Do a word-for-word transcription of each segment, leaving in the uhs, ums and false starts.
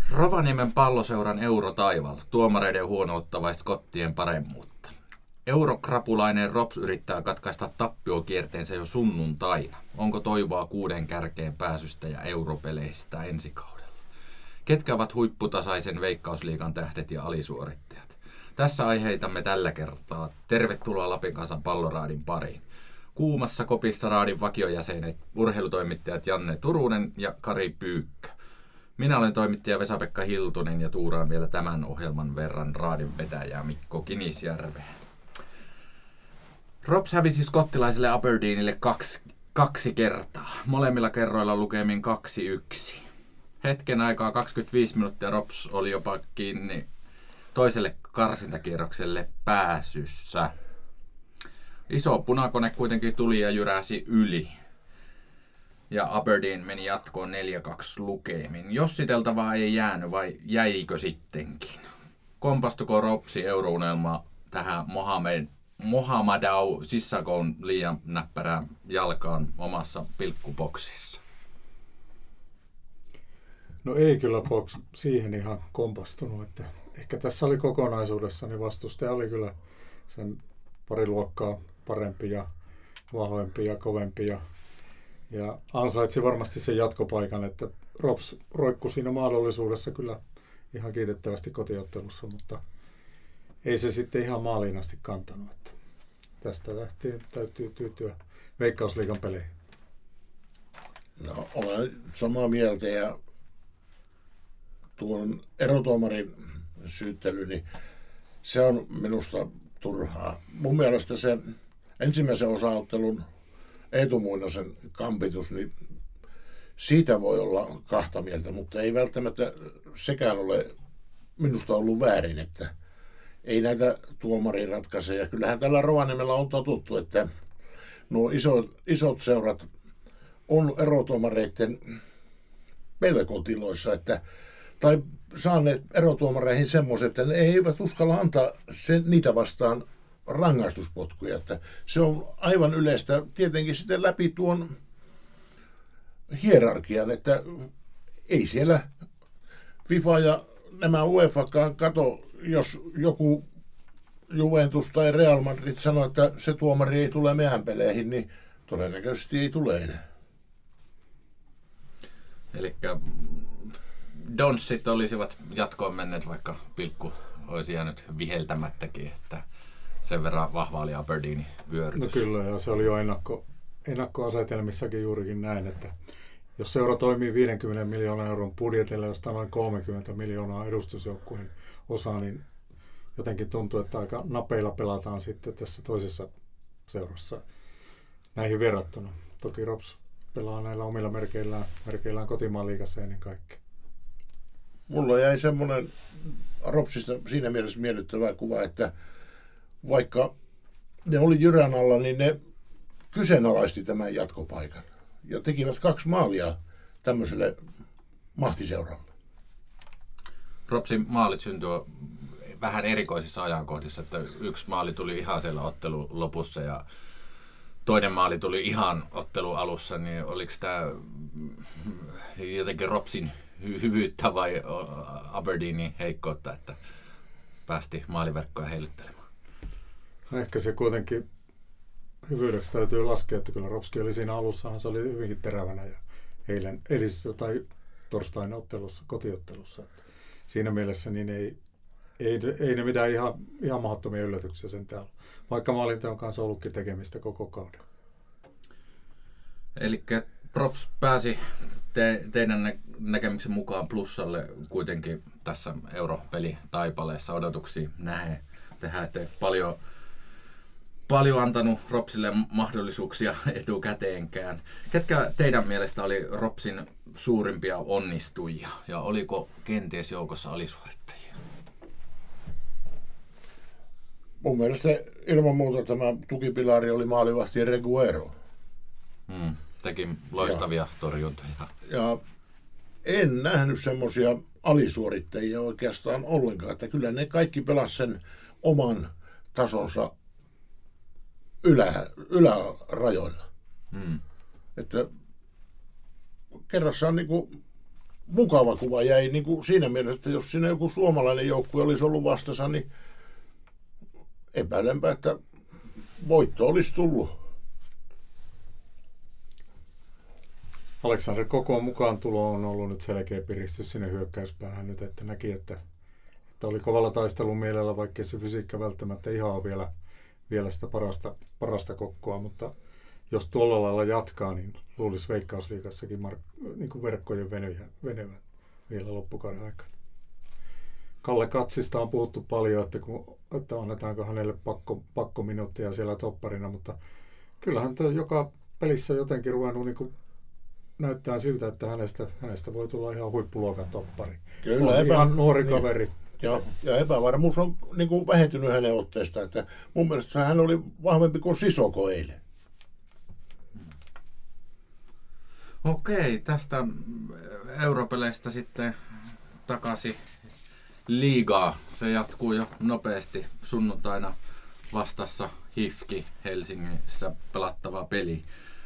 Rovaniemen Palloseuran eurotaival, tuomareiden huonoutta vai skottien paremmuutta? Eurokrapulainen Rops yrittää katkaista tappiokierteensä jo sunnuntaina. Onko toivoa kuuden kärkeen pääsystä ja europeleistä ensi kaudella? Ketkä ovat huipputasaisen Veikkausliigan tähdet ja alisuorittajat? Tässä aiheitamme tällä kertaa. Tervetuloa Lapin kansan palloraadin pariin. Kuumassa kopissa raadin vakiojäsenet, urheilutoimittajat Janne Turunen ja Kari Pyykkö. Minä olen toimittaja Vesa-Pekka Hiltunen ja tuuraan vielä tämän ohjelman verran raadin vetäjää Mikko Kinisjärveä. Rops hävisi skottilaiselle Aberdeenille kaksi, kaksi kertaa. Molemmilla kerroilla lukemin kaksi yksi. Hetken aikaa kaksikymmentäviisi minuuttia Rops oli jopa kiinni toiselle karsintakierrokselle pääsyssä. Iso punakone kuitenkin tuli ja jyräsi yli. Ja Aberdeen meni jatkoon neljä kaksi lukemin. Jossiteltavaa ei jäänyt vai jäikö sittenkin? Kompastuko Ropsi eurounelma tähän Mohamed, Mohamedou Sissakon liian näppärään jalkaan omassa pilkkuboksissa? No ei kyllä box siihen ihan kompastunut. Että ehkä tässä oli kokonaisuudessa, niin vastustaja oli kyllä sen pari luokkaa parempi ja vahvempi ja kovempi ja Ja ansaitsi varmasti sen jatkopaikan, että Rops roikkui siinä mahdollisuudessa kyllä ihan kiitettävästi kotiottelussa, mutta ei se sitten ihan maaliin asti kantanut. Että tästä lähtien täytyy tyytyä Veikkausliigan peleihin. No, olen samaa mieltä ja tuon erotuomarin syyttely, niin se on minusta turhaa. Mun mielestä se ensimmäisen osaottelun Eetu Muinosen kampitus, niin siitä voi olla kahta mieltä, mutta ei välttämättä sekään ole minusta ollut väärin, että ei näitä tuomarin ratkaisuja. Kyllähän tällä Rovaniemellä on totuttu, että nuo isot, isot seurat on erotuomareiden pelkotiloissa, että, tai saaneet erotuomareihin semmoiset, että ne eivät uskalla antaa sen, niitä vastaan rangaistuspotkuja, että se on aivan yleistä tietenkin sitten läpi tuon hierarkian, että ei siellä FIFA ja nämä UEFAkaan kato, jos joku Juventus tai Real Madrid sanoo, että se tuomari ei tule meidän peleihin, niin todennäköisesti ei tule enää. Elikkä Donssit olisivat jatkoon menneet, vaikka pilkku olisi jäänyt viheltämättäkin, että sen verran vahva oli Aberdeenin vyörytys. No kyllä, ja se oli jo ennakko, ennakkoasetelmissakin juurikin näin, että jos seura toimii viidenkymmenen miljoonan euron budjetilla, josta noin kolmekymmentä miljoonaa edustusjoukkueen osaa, niin jotenkin tuntuu, että aika napeilla pelataan sitten tässä toisessa seurassa näihin verrattuna. Toki Rops pelaa näillä omilla merkeillään, merkeillään kotimaan liigassa ennen kaikkea. Mulla jäi semmoinen Ropsista siinä mielessä miellyttävä kuva, että vaikka ne oli jyrän alla, niin ne kyseenalaisti tämän jatkopaikan ja tekivät kaksi maalia tämmöiselle mahtiseuralle. Ropsin maalit syntyi vähän erikoisissa ajankohdissa, että yksi maali tuli ihan siellä ottelun lopussa ja toinen maali tuli ihan ottelun alussa, niin oliko tämä jotenkin Ropsin hy- hyvyyttä vai Aberdeenin heikkoutta, että päästi maaliverkkoja heiluttelemaan? Ehkä se kuitenkin hyvyydeksi täytyy laskea, että kyllä Ropski oli siinä alussahan, se oli hyvinkin terävänä ja eilen eilisessä tai torstain ottelussa, kotiottelussa. Että siinä mielessä niin ei, ei, ei ne mitään ihan, ihan mahdottomia yllätyksiä sen täällä, vaikka maalinteon kanssa ollutkin tekemistä koko kauden. Eli Rops pääsi te, teidän nä- näkemyksen mukaan plussalle kuitenkin tässä europelitaipaleessa odotuksia nähden. Tehdään, että paljon Paljon antanut Ropsille mahdollisuuksia etukäteenkään. Ketkä teidän mielestä oli Ropsin suurimpia onnistujia ja oliko kenties joukossa alisuorittajia? Mun mielestä ilman muuta tämä tukipilari oli maalivahti Reguero. Hmm, teki loistavia ja torjuntoja. Ja en nähnyt semmoisia alisuorittajia oikeastaan ollenkaan, että kyllä ne kaikki pelasivat sen oman tasonsa Ylä, ylärajoilla. Hmm. Että kerrassaan niin kuin mukava kuva jäi niin kuin siinä mielessä, että jos siinä joku suomalainen joukkue olisi ollut vastassa, niin epäilenpä, että voitto olisi tullut. Aleksander Kokon mukaan tulo on ollut nyt selkeä piristys sinne hyökkäyspäähän nyt, että näki, että, että oli kovalla taistelun mielellä, vaikkei se fysiikka välttämättä ihan ole vielä, vielä sitä parasta, parasta Kokkoa, mutta jos tuolla lailla jatkaa, niin luulisi Veikkausliigassakin mark, niin kuin verkkojen venevän vielä loppukauden aikana. Kalle Katsista on puhuttu paljon, että, kun, että annetaanko hänelle pakko, pakkominuuttia siellä topparina, mutta kyllähän tuo joka pelissä jotenkin ruvennut niin kuin näyttää siltä, että hänestä, hänestä voi tulla ihan huippuluokan toppari. Kyllä, on epä, ihan nuori niin, kaveri. Ja, ja epävarmuus on niin kuin vähentynyt hänen otteestaan. Että mun mielestä hän oli vahvempi kuin Sissoko eilen. Okei, tästä europeleistä sitten takaisin liigaa. Se jatkuu jo nopeasti sunnuntaina vastassa H I F K Helsingissä pelattava peli.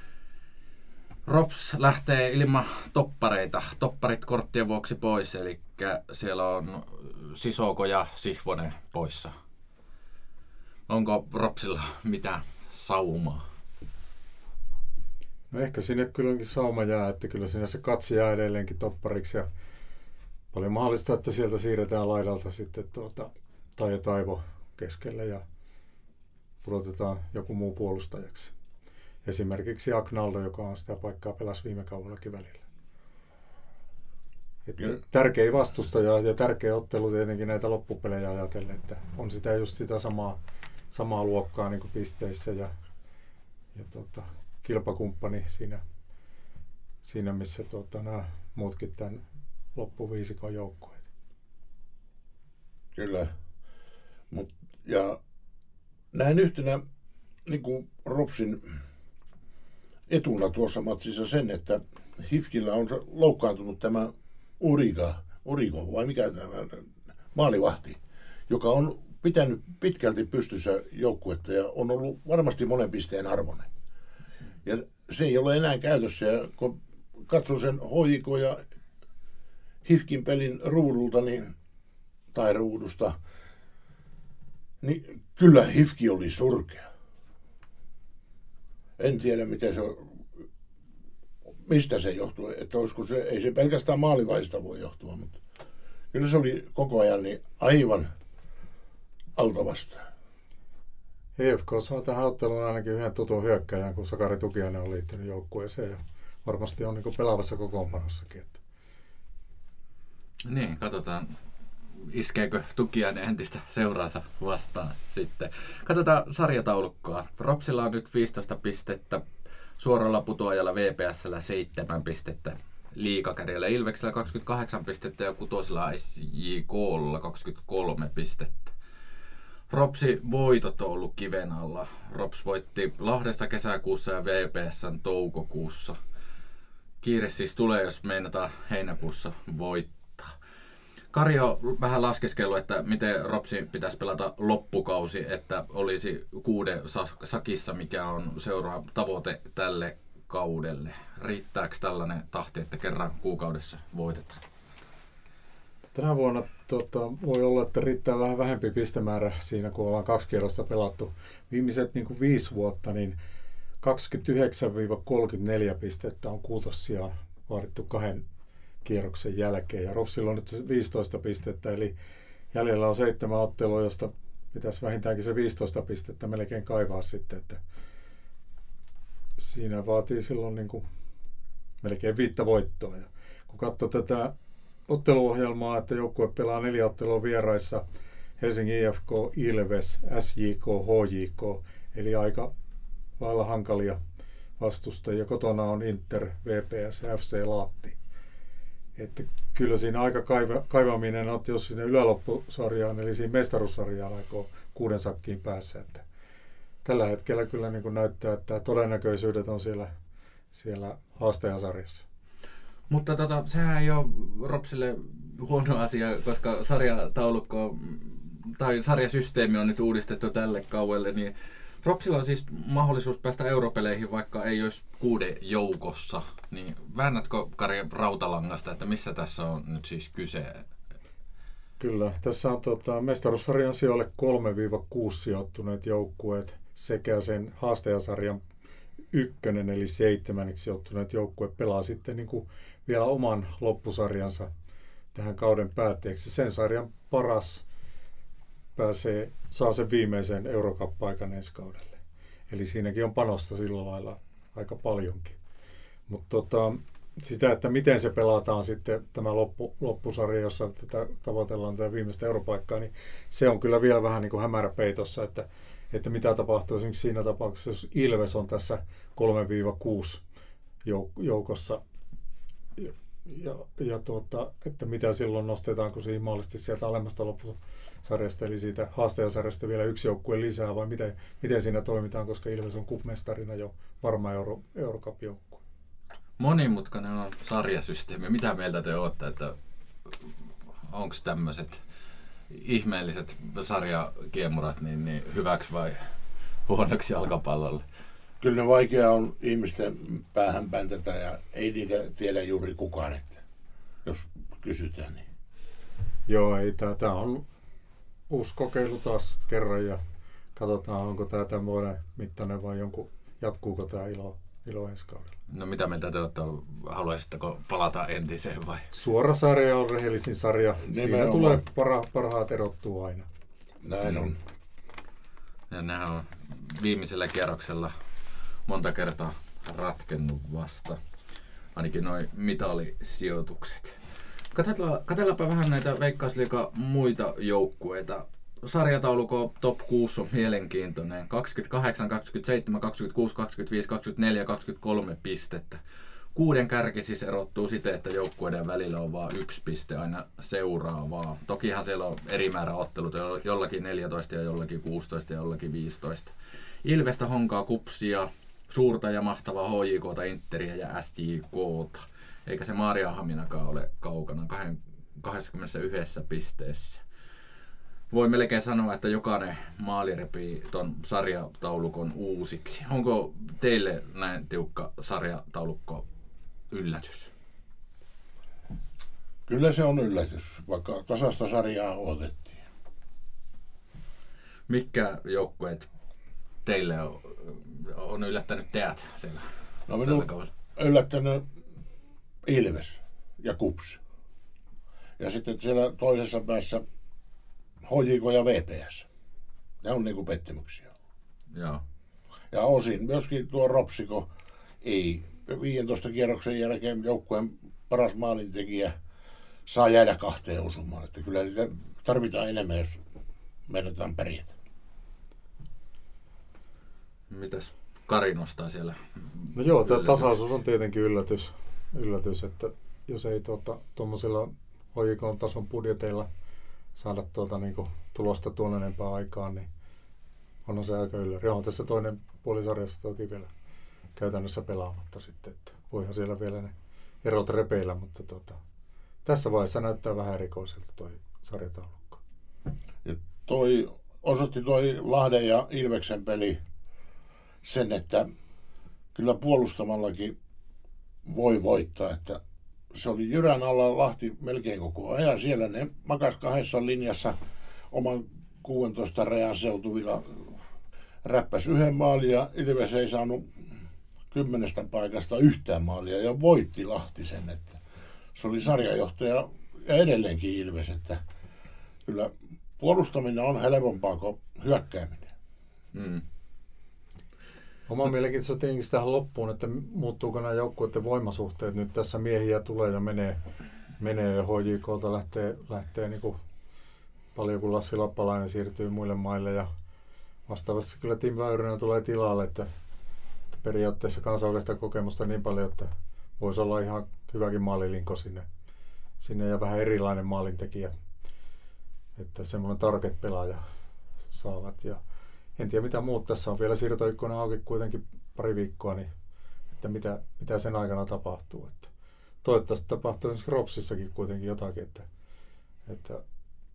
Rops lähtee ilman toppareita. Topparit korttien vuoksi pois, eli siellä on Sissoko ja Sihvonen poissa. Onko Ropsilla mitään saumaa? No ehkä sinne kylläkin sauma jää, että kyllä sinne se Katsi jää edelleenkin toppariksi ja paljon mahdollista, että sieltä siirretään laidalta sitten tuota, Tai ja Taivo keskelle ja pudotetaan joku muu puolustajaksi. Esimerkiksi Agnaldo, joka on sitä paikkaa pelasi viime kaudellakin välillä. Että tärkeä vastustaja ja tärkeä ottelu tietenkin näitä loppupelejä ajatellen, että on sitä just sitä samaa, samaa luokkaa niin kuin pisteissä ja, ja tota, kilpakumppani siinä, siinä missä tota, nämä muutkin tämän loppuviisikon joukkueet. Kyllä. Mut, ja näin yhtenä niin kuin Ropsin etuna tuossa matsissa sen, että H I F K:llä on loukkaantunut tämä Uriga, Urigo, vai mikä tämä maalivahti, joka on pitänyt pitkälti pystyssä joukkuetta ja on ollut varmasti monen pisteen arvoinen. Ja se ei ole enää käytössä. Ja kun katson sen H J K ja H I F K:n pelin ruudulta, niin, tai ruudusta, niin kyllä H I F K oli surkea. En tiedä, miten se on, mistä se johtuu. Että olisiko se, ei se pelkästään maalivaista voi johtua, mutta kyllä se oli koko ajan niin aivan alta vastaan. E F K saa tähän otteluun ainakin yhden tutun hyökkäjän, kun Sakari Tukiainen on liittynyt joukkueeseen ja varmasti on niin kuin pelaavassa kokoonpanossakin. Että. Niin, katsotaan. Iskeekö Tukiainen entistä seuraansa vastaan sitten. Katsotaan sarjataulukkoa. Ropsilla on nyt viisitoista pistettä, suoralla putoajalla V P S:llä seitsemän pistettä, Liigakärjellä Ilveksellä kaksikymmentäkahdeksan pistettä ja kutosella S J K:lla kaksikymmentäkolme pistettä. Ropsi voitot on ollut kiven alla. Rops voitti Lahdessa kesäkuussa ja V P S:n toukokuussa. Kiire siis tulee, jos meinataan heinäkuussa voittaa. Kari on vähän laskeskellut, että miten Ropsi pitäisi pelata loppukausi, että olisi kuuden sakissa, mikä on seuraava tavoite tälle kaudelle. Riittääkö tällainen tahti, että kerran kuukaudessa voitetaan? Tänä vuonna tota, voi olla, että riittää vähän vähempi pistemäärä siinä, kun ollaan kaksi kierrosta pelattu. Viimeiset niin kuin viisi vuotta, niin kaksikymmentäyhdeksän kolmekymmentäneljä pistettä on kuutossia vaadittu kahden kierroksen jälkeen. Ja Ropsilla on nyt viisitoista pistettä, eli jäljellä on seitsemän ottelua, josta pitäisi vähintäänkin se viisitoista pistettä melkein kaivaa sitten. Että siinä vaatii silloin niin kuin melkein viittä voittoa. Ja kun katsoo tätä otteluohjelmaa, että joukkue pelaa neljä ottelua vieraissa, Helsingin I F K, Ilves, S J K, H J K, eli aika lailla hankalia vastustajia. Kotona on Inter, V P S ja F C Lahti. Että kyllä siinä aika kaiva, kaivaminen on, jos sinne yläloppusarjaan, eli siinä mestaruussarjaan aikoo kuuden sakkiin päässä. Että tällä hetkellä kyllä niin kuin näyttää, että todennäköisyydet on siellä, siellä haastajasarjassa. Mutta tota, sehän ei ole Ropsille huono asia, koska sarjataulukko tai sarjasysteemi on nyt uudistettu tälle kaudelle, niin Ropsilla on siis mahdollisuus päästä europeleihin, vaikka ei olisi kuuden joukossa. Niin väännätkö, Kari, rautalangasta, että missä tässä on nyt siis kyse? Kyllä, tässä on tota, mestaruussarjan sijoille kolme kuusi sijoittuneet joukkueet sekä sen haastajasarjan ykkönen eli seitsemänneksi sijoittuneet joukkueet pelaa sitten niin kuin vielä oman loppusarjansa tähän kauden päätteeksi. Sen sarjan paras pääsee, saa sen viimeisen Eurocup-paikan ensi kaudelle. Eli siinäkin on panosta sillä lailla aika paljonkin. Mutta tota, sitä, että miten se pelataan sitten tämä loppu, loppusarja, jossa tätä tavoitellaan tätä viimeistä europaikkaa, niin se on kyllä vielä vähän niin kuin hämäräpeitossa, että, että mitä tapahtuu esimerkiksi siinä tapauksessa, jos Ilves on tässä kolme kuusi joukossa, ja, ja, ja tuota, että mitä silloin nostetaan, kun siinä mahdollisesti sieltä alemmasta loppusarjasta, eli siitä haastajasarjasta vielä yksi joukkue lisää, vai miten, miten siinä toimitaan, koska Ilves on cupmestarina jo varma Euro, Eurocup-joukkue. Monimutkainen on sarjasysteemi. Mitä mieltä te olette, että onko tämmöiset ihmeelliset sarjakiemurat niin, niin hyväksi vai huonoksi jalkapallolle? Kyllä ne vaikea on ihmisten päähän päntätä ja ei niitä tiedä juuri kukaan, että jos kysytään. Niin. Joo, ei, tämä on uusi kokeilu taas kerran ja katsotaan, onko tämä tämän vuoden mittainen vai jonkun, jatkuuko tämä ilo, ilo ensi kaudella. No mitä mieltä te olette? Haluaisitteko palata entiseen vai? Suora sarja on rehellisin sarja. Nimenomaan. Siinä tulee parha, parhaat erottua aina. Näin on. Ja nehän on viimeisellä kierroksella monta kertaa ratkennut vasta. Ainakin noin mitalisijoitukset. Katsotaan, katsotaanpa vähän näitä Veikkausliigan muita joukkueita. Sarjatauluko top kuusi on mielenkiintoinen. kaksikymmentäkahdeksan, kaksikymmentäseitsemän, kaksikymmentäkuusi, kaksikymmentäviisi, kaksikymmentäneljä, kaksikymmentäkolme pistettä. Kuuden kärki siis erottuu siten, että joukkueiden välillä on vain yksi piste aina seuraavaa. Tokihan siellä on eri määrä otteluita, jollakin neljätoista ja jollakin kuusitoista ja jollakin viisitoista. Ilvestä, Honkaa, Kupsia, suurta ja mahtavaa H J K:ta, Interiä ja S J K:ta. Eikä se Maarianhaminakaan ole kaukana, kaksikymmentäyksi pisteessä. Voi melkein sanoa, että jokainen maali repii ton sarjataulukon uusiksi. Onko teille näin tiukka sarjataulukko yllätys? Kyllä se on yllätys, vaikka tasasta sarjaa odotettiin. Mitkä joukkueet teille on, on yllättänyt teät siellä? No minun yllättänyt Ilves ja Kups. Ja sitten siellä toisessa päässä H J K ja V P S. Ne on niinku pettymyksiä. Joo. Ja osin myöskin tuo Ropsiko ei viidentoista kierroksen jälkeen joukkueen paras maalintekijä saa jäädä kahteen osumaan. Että kyllä niitä tarvitaan enemmän, jos meinataan pärjätä. Mitäs Kari nostaa siellä? No joo, tämä tasaisuus on tietenkin yllätys, yllätys että jos ei tuommoisilla H J K-tason budjeteilla saada tuota, niin kuin, tulosta tuon enempää aikaan, niin onhan se aika ylläri. On tässä toinen puolisarjassa toki vielä käytännössä pelaamatta sitten, että voihan siellä vielä ne erot repeillä, mutta tuota, tässä vaiheessa näyttää vähän erikoiselta toi sarjataulukko. Ja toi osoitti toi Lahden ja Ilveksen peli sen, että kyllä puolustamallakin voi voittaa, että se oli jyrän alla Lahti melkein koko ajan. Siellä ne makas kahdessa linjassa oman kuusitoista rean seutuvilla räppäs yhden maalin ja Ilves ei saanut kymmenestä paikasta yhtään maalia ja voitti Lahti sen. Että se oli sarjajohtaja ja edelleenkin Ilves, että kyllä puolustaminen on helpompaa kuin hyökkääminen. Hmm. Oma mielenkiintoista tietenkin tähän loppuun, että muuttuuko nämä joukkueiden voimasuhteet. Nyt tässä miehiä tulee ja menee, menee ja H J K:lta lähtee, lähtee niin kuin paljon, kun Lassi Lappalainen siirtyy muille maille. Ja vastaavasti kyllä Tim Väyrynen tulee tilalle, että, että periaatteessa kansainvälistä kokemusta niin paljon, että voisi olla ihan hyväkin maalilinko sinne, sinne ja vähän erilainen maalintekijä. Että semmoinen target-pelaaja saavat. Ja en tiedä mitä muut tässä on. Vielä siirtoikkunan auki kuitenkin pari viikkoa, niin että mitä, mitä sen aikana tapahtuu. Että toivottavasti tapahtuu esimerkiksi Ropsissakin kuitenkin jotakin, että, että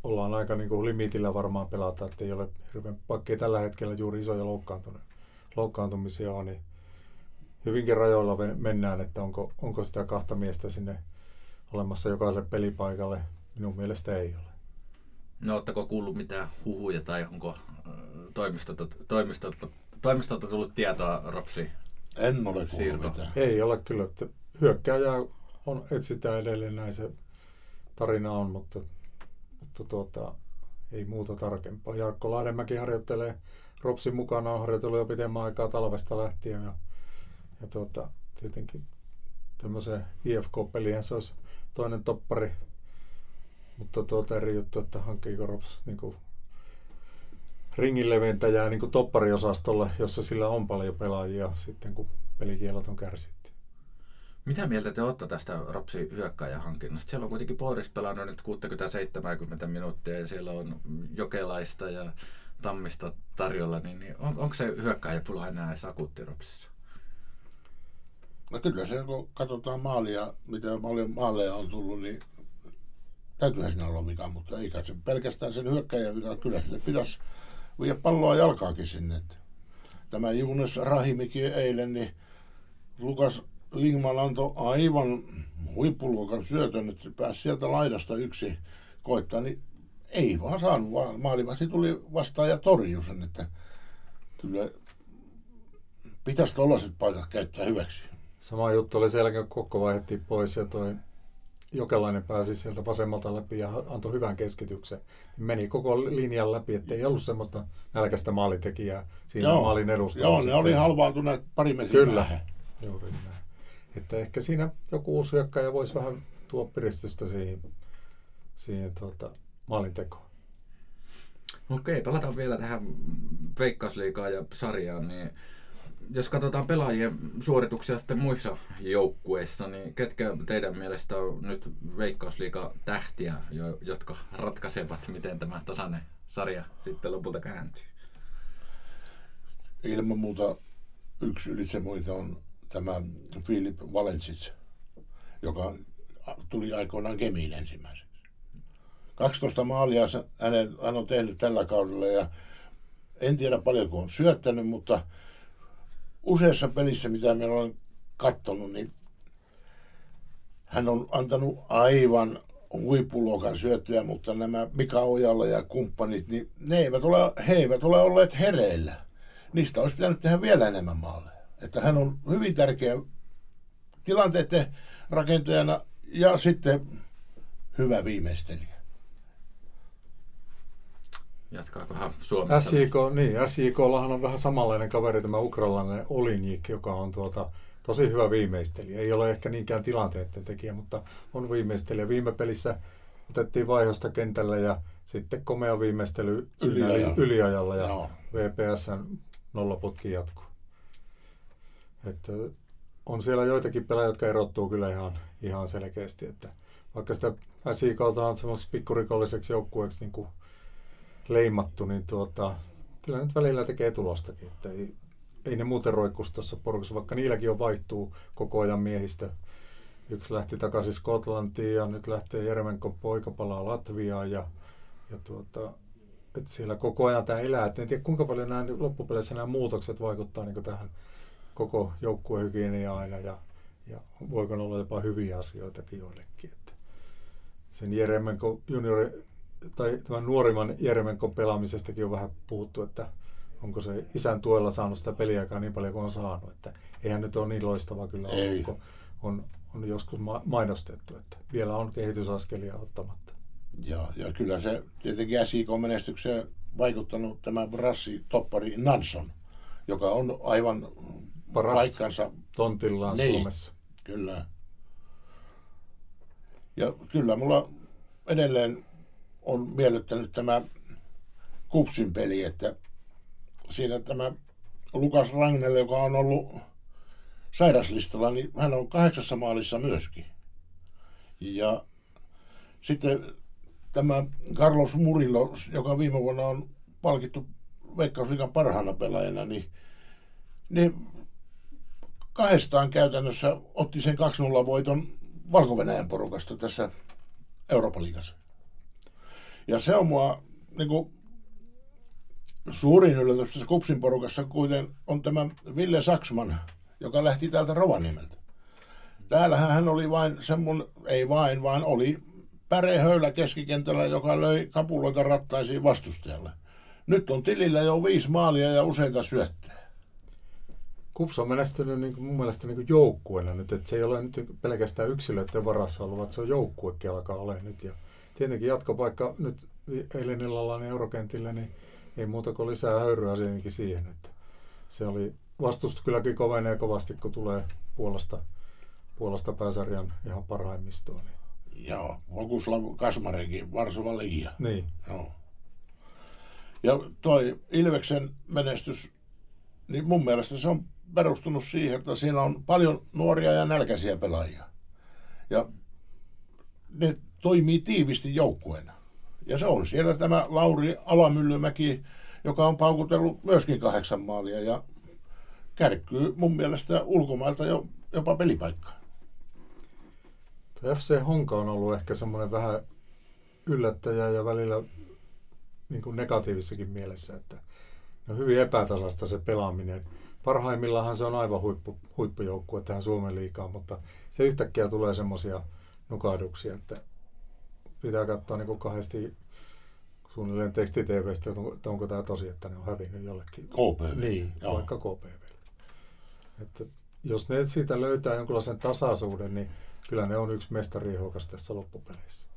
ollaan aika niin kuin limitillä varmaan pelata, että ei ole hirveän, vaikka ei tällä hetkellä juuri isoja loukkaantumisia on, niin hyvinkin rajoilla mennään, että onko, onko sitä kahta miestä sinne olemassa jokaiselle pelipaikalle. Minun mielestä ei ole. No, ootteko kuullut mitään huhuja tai onko toimistolta, toimistolta, toimistolta tullut tietoa Ropsi? En ole kuullut mitään. Ei ole kyllä. Että hyökkääjää on, etsitään edelleen, näin se tarina on, mutta, mutta tuota, ei muuta tarkempaa. Jarkko Lahdenmäki harjoittelee Ropsin mukana, on harjoitellut jo pitemmän aikaa talvesta lähtien. Ja, ja tuota, tietenkin tämmöiseen I F K-peliin se olisi toinen toppari. Mutta tuota eri juttu, että hankkiiko Rops niin kuin ringin leventäjää niin kuin toppariosastolle, jossa sillä on paljon pelaajia sitten, kun pelikielot on kärsitty. Mitä mieltä te olette tästä Ropsin hyökkääjän hankinnasta? Siellä on kuitenkin Boris pelannut nyt kuusikymmentä seitsemänkymmentä minuuttia ja siellä on Jokelaista ja Tammista tarjolla, niin, niin on, onko se hyökkääjäpula enää edes akuutti Ropsissa? No kyllä se, kun katsotaan maalia, mitä paljon maaleja on tullut, niin täytyyhän siinä olla vika, mutta eikä se pelkästään sen hyökkäjän vika. Kyllä sille pitäisi viedä palloa jalkaakin sinne. Tämä Junes Rahimikin eilen, niin Lukas Lingman antoi aivan huippuluokan syötön, että se pääsi sieltä laidasta yksi koittaa, niin ei vaan saanut, vaan maalivahti tuli vastaan ja torjui sen, että kyllä pitäisi tollaiset paikat käyttää hyväksi. Sama juttu oli siellä, kun Kokko vaihdettiin pois ja toi Jokelainen pääsi sieltä vasemmalta läpi ja antoi hyvän keskityksen. Meni koko linjan läpi, ettei ollut semmoista nälkäistä maalitekijää siinä joo, maalin edustalla. Joo, ne oli halvaantuneet pari metriä Kyllä, vähän. Juuri näin. Että ehkä siinä joku uusi hyökkääjä voisi vähän tuoda piristystä siihen, siihen tuota, maalintekoon. Okei, palataan vielä tähän Veikkausliigaan ja sarjaan. Niin jos katsotaan pelaajien suorituksia sitten muissa joukkueissa, niin ketkä teidän mielestä on nyt Veikkausliigan tähtiä, jotka ratkaisevat, miten tämä tasainen sarja sitten lopulta kääntyy? Ilman muuta yksi ylitse muita on tämä Filip Valensic, joka tuli aikoinaan Kemiin ensimmäiseksi. kaksitoista maalia hän on tehnyt tällä kaudella ja en tiedä paljonko on syöttänyt, mutta useassa pelissä, mitä me olen katsonut, niin hän on antanut aivan huippuluokan syöttöjä, mutta nämä Mika Ojala ja kumppanit, niin ne eivät ole, he eivät ole olleet hereillä. Niistä olisi pitänyt tehdä vielä enemmän maaleja. Että hän on hyvin tärkeä tilanteiden rakentajana ja sitten hyvä viimeistelijä. Jatkaakohan Suomessa? S J K, niin, S J K:llahan on vähän samanlainen kaveri, tämä ukrainalainen Olinjik, joka on tuota, tosi hyvä viimeistelijä. Ei ole ehkä niinkään tilanteiden tekijä, mutta on viimeistelijä. Viime pelissä otettiin vaihosta kentällä ja sitten komea viimeistely yliajalla, yliajalla ja no. V P S:n nollaputki jatkuu. Että on siellä joitakin pelaajia, jotka erottuu kyllä ihan, ihan selkeästi. Että vaikka sitä S J K:lta on semmoiseksi pikkurikolliseksi joukkueeksi niin kuin leimattu, niin tuota, kyllä nyt välillä tekee tulostakin. Että ei, ei ne muuten roikkuisi tuossa porukassa, vaikka niilläkin on vaihtuu koko ajan miehistä. Yksi lähti takaisin Skotlantiin ja nyt lähtee Jeremenkon poika palaa Latviaan. Ja, ja tuota, että siellä koko ajan tämä elää. Et en tiedä kuinka paljon nämä loppupeleissä nämä muutokset vaikuttaa niin tähän koko joukkuehygieniaan aina ja, ja voiko olla jopa hyviä asioitakin joillekin. Että sen Jeremenkon juniori tai tämän nuorimman Jeremenkon pelaamisestakin on vähän puhuttu, että onko se isän tuella saanut sitä peliaikaa niin paljon kuin on saanut. Että eihän nyt ole niin loistavaa kyllä ollut, kun on, on joskus mainostettu, että vielä on kehitysaskelia ottamatta. Ja, ja kyllä se tietenkin S I K-menestykseen vaikuttanut tämä brassitoppari Nanson, joka on aivan paras paikkansa tontillaan niin, Suomessa. Kyllä. Ja kyllä mulla edelleen on miellyttänyt tämä Kupsin peli, että siinä tämä Lukas Ragnell, joka on ollut sairaslistalla, niin hän on kahdeksassa maalissa myöskin. Ja sitten tämä Carlos Murillo, joka viime vuonna on palkittu Veikkausliigan parhaana pelaajana, niin ne kahdestaan käytännössä otti sen kaksi nolla voiton Valko-Venäjän porukasta tässä Euroopan liigassa. Ja se on mua niin kuin, suurin yllätys tässä Kupsin porukassa kuiten on tämä Ville Saksman, joka lähti täältä Rovaniemeltä. Täällähän hän oli vain semmoinen, ei vain, vaan oli pärehöylä keskikentällä, joka löi kapuloita rattaisiin vastustajalle. Nyt on tilillä jo viisi maalia ja useita syöttöjä. Kups on menestynyt niin kuin mun mielestä niin kuin joukkueena nyt, että se ei ole nyt pelkästään yksilöiden varassa ollut, vaan se on joukkuekin alkaa olla nyt. Ja tietenkin jatkopaikka nyt eilen illalla niin eurokentillä, niin ei muuta kuin lisää höyryä siihenkin siihen, että se oli vastustus kylläkin kovenee kovasti, kun tulee Puolasta, Puolasta pääsarjan ihan parhaimmistoon. Niin. Joo, Vokuslav Kasmarinkin, Varsova Ligia. Niin. Joo. Ja toi Ilveksen menestys, niin mun mielestä se on perustunut siihen, että siinä on paljon nuoria ja nälkäisiä pelaajia. Ja ne toimii tiivisti joukkueena. Ja se on siellä tämä Lauri Alamyllymäki, joka on paukutellut myöskin kahdeksan maalia ja kärkkyy mun mielestä ulkomailta jo, jopa pelipaikkaa. F C Honka on ollut ehkä semmoinen vähän yllättäjä ja välillä niin kuin negatiivissakin mielessä, että on hyvin epätasaista se pelaaminen. Parhaimmillaan se on aivan huippu, huippujoukkue tähän Suomen liigaan, mutta se yhtäkkiä tulee semmoisia nukahduksia, että pitää katsoa niin kuin kahdesti suunnilleen teksti-tv:stä, että onko tämä tosi, että ne on hävinnyt jollekin. K P V. Niin, Joo. vaikka K P V. Että jos ne siitä löytää jonkinlaisen tasaisuuden, niin kyllä ne on yksi mestariehdokas tässä loppupeleissä.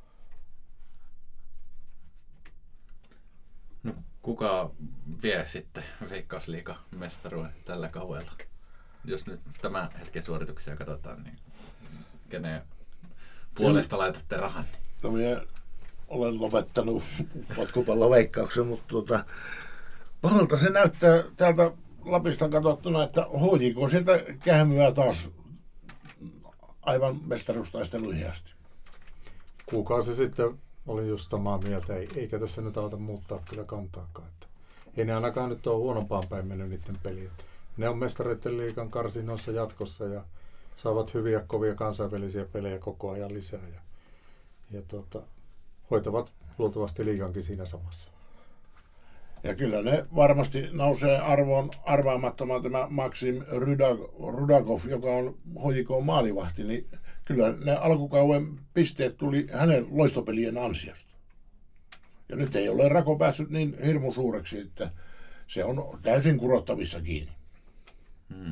No, kuka vie sitten Veikkausliigan mestaruuden tällä kaudella? Jos nyt tämän hetken suorituksia katsotaan, niin kenen puolesta laitatte rahan? No, minä olen lopettanut potkupalloveikkauksen, mutta tuota, pahalta se näyttää täältä Lapista katsottuna, että H J K sieltä kähmyää taas aivan mestaruustaisteluihin asti. Kuukausi sitten olin just samaa mieltä, eikä tässä nyt auta muuttaa kyllä kantaakaan. Että ei ne ainakaan nyt ole huonompaan päin mennyt niiden peliin. Ne on mestareiden liigan karsinoissa jatkossa ja saavat hyviä, kovia kansainvälisiä pelejä koko ajan lisää. Ja, ja tuota, hoitavat luultavasti liigankin siinä samassa. Ja kyllä ne varmasti nousee arvoon arvaamattomaan tämä Maksim Rudakov, joka on H J K maalivahti, niin kyllä ne alkukauden pisteet tuli hänen loistopelien ansiosta. Ja nyt ei ole rako päässyt niin hirmu suureksi, että se on täysin kurottavissa kiinni. Hmm.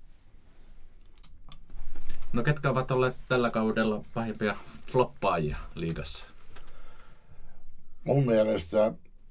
No ketkä ovat olleet tällä kaudella pahimpia floppaajia liigassa? Mun mielestä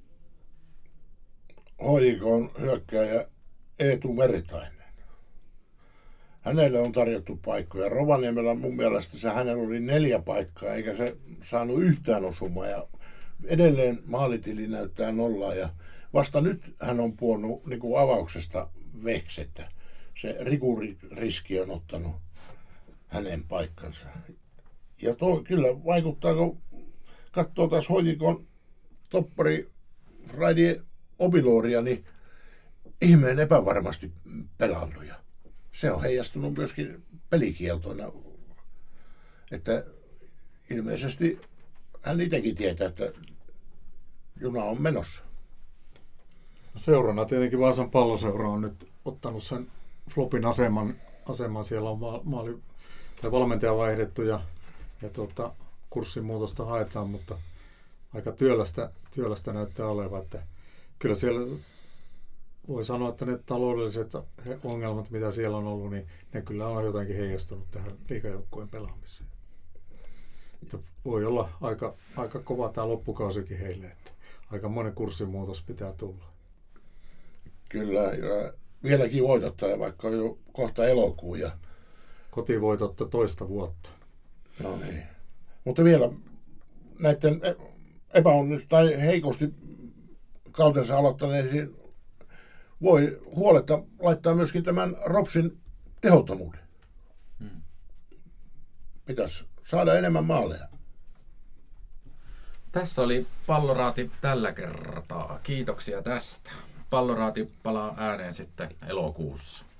H J K:n hyökkääjä Eetu Vertainen. Hänelle on tarjottu paikkoja. Rovaniemellä mun mielestä se hänellä oli neljä paikkaa, eikä se saanut yhtään osumaa. Ja edelleen maalitili näyttää nollaa. Ja vasta nyt hän on puonut niin kuin avauksesta veksettä. Se rikuriski on ottanut hänen paikkansa. Ja tuo kyllä vaikuttaa, kun katsoo taas H J K:n toppari Raidi Obiloria, niin ihmeen epävarmasti pelannut. Ja se on heijastunut myöskin pelikieltoina. Että ilmeisesti hän itsekin tietää, että juna on menossa. Seurana tietenkin Vaasan Palloseura on nyt ottanut sen flopin aseman. aseman. Siellä on maali, tai valmentaja vaihdettu ja, ja tuota, kurssin muutosta haetaan, mutta aika työlästä, työlästä näyttää olevan. Että kyllä siellä voi sanoa, että ne taloudelliset ongelmat, mitä siellä on ollut, niin ne kyllä on jotenkin heijastunut tähän liigajoukkueen pelaamiseen. Että voi olla aika, aika kova tämä loppukausikin heille, että aika monen kurssimuutos pitää tulla. Kyllä, ja vieläkin voitottaa, vaikka on jo kohta elokuu. Ja kotivoitotta toista vuotta. No niin. Mutta vielä näiden epäonnistuneiden tai heikosti kautensa aloittaneisiin voi huoletta laittaa myöskin tämän Ropsin tehottomuuden. Hmm. Pitäisi saada enemmän maaleja. Tässä oli Palloraati tällä kertaa. Kiitoksia tästä. Palloraati palaa ääneen sitten elokuussa.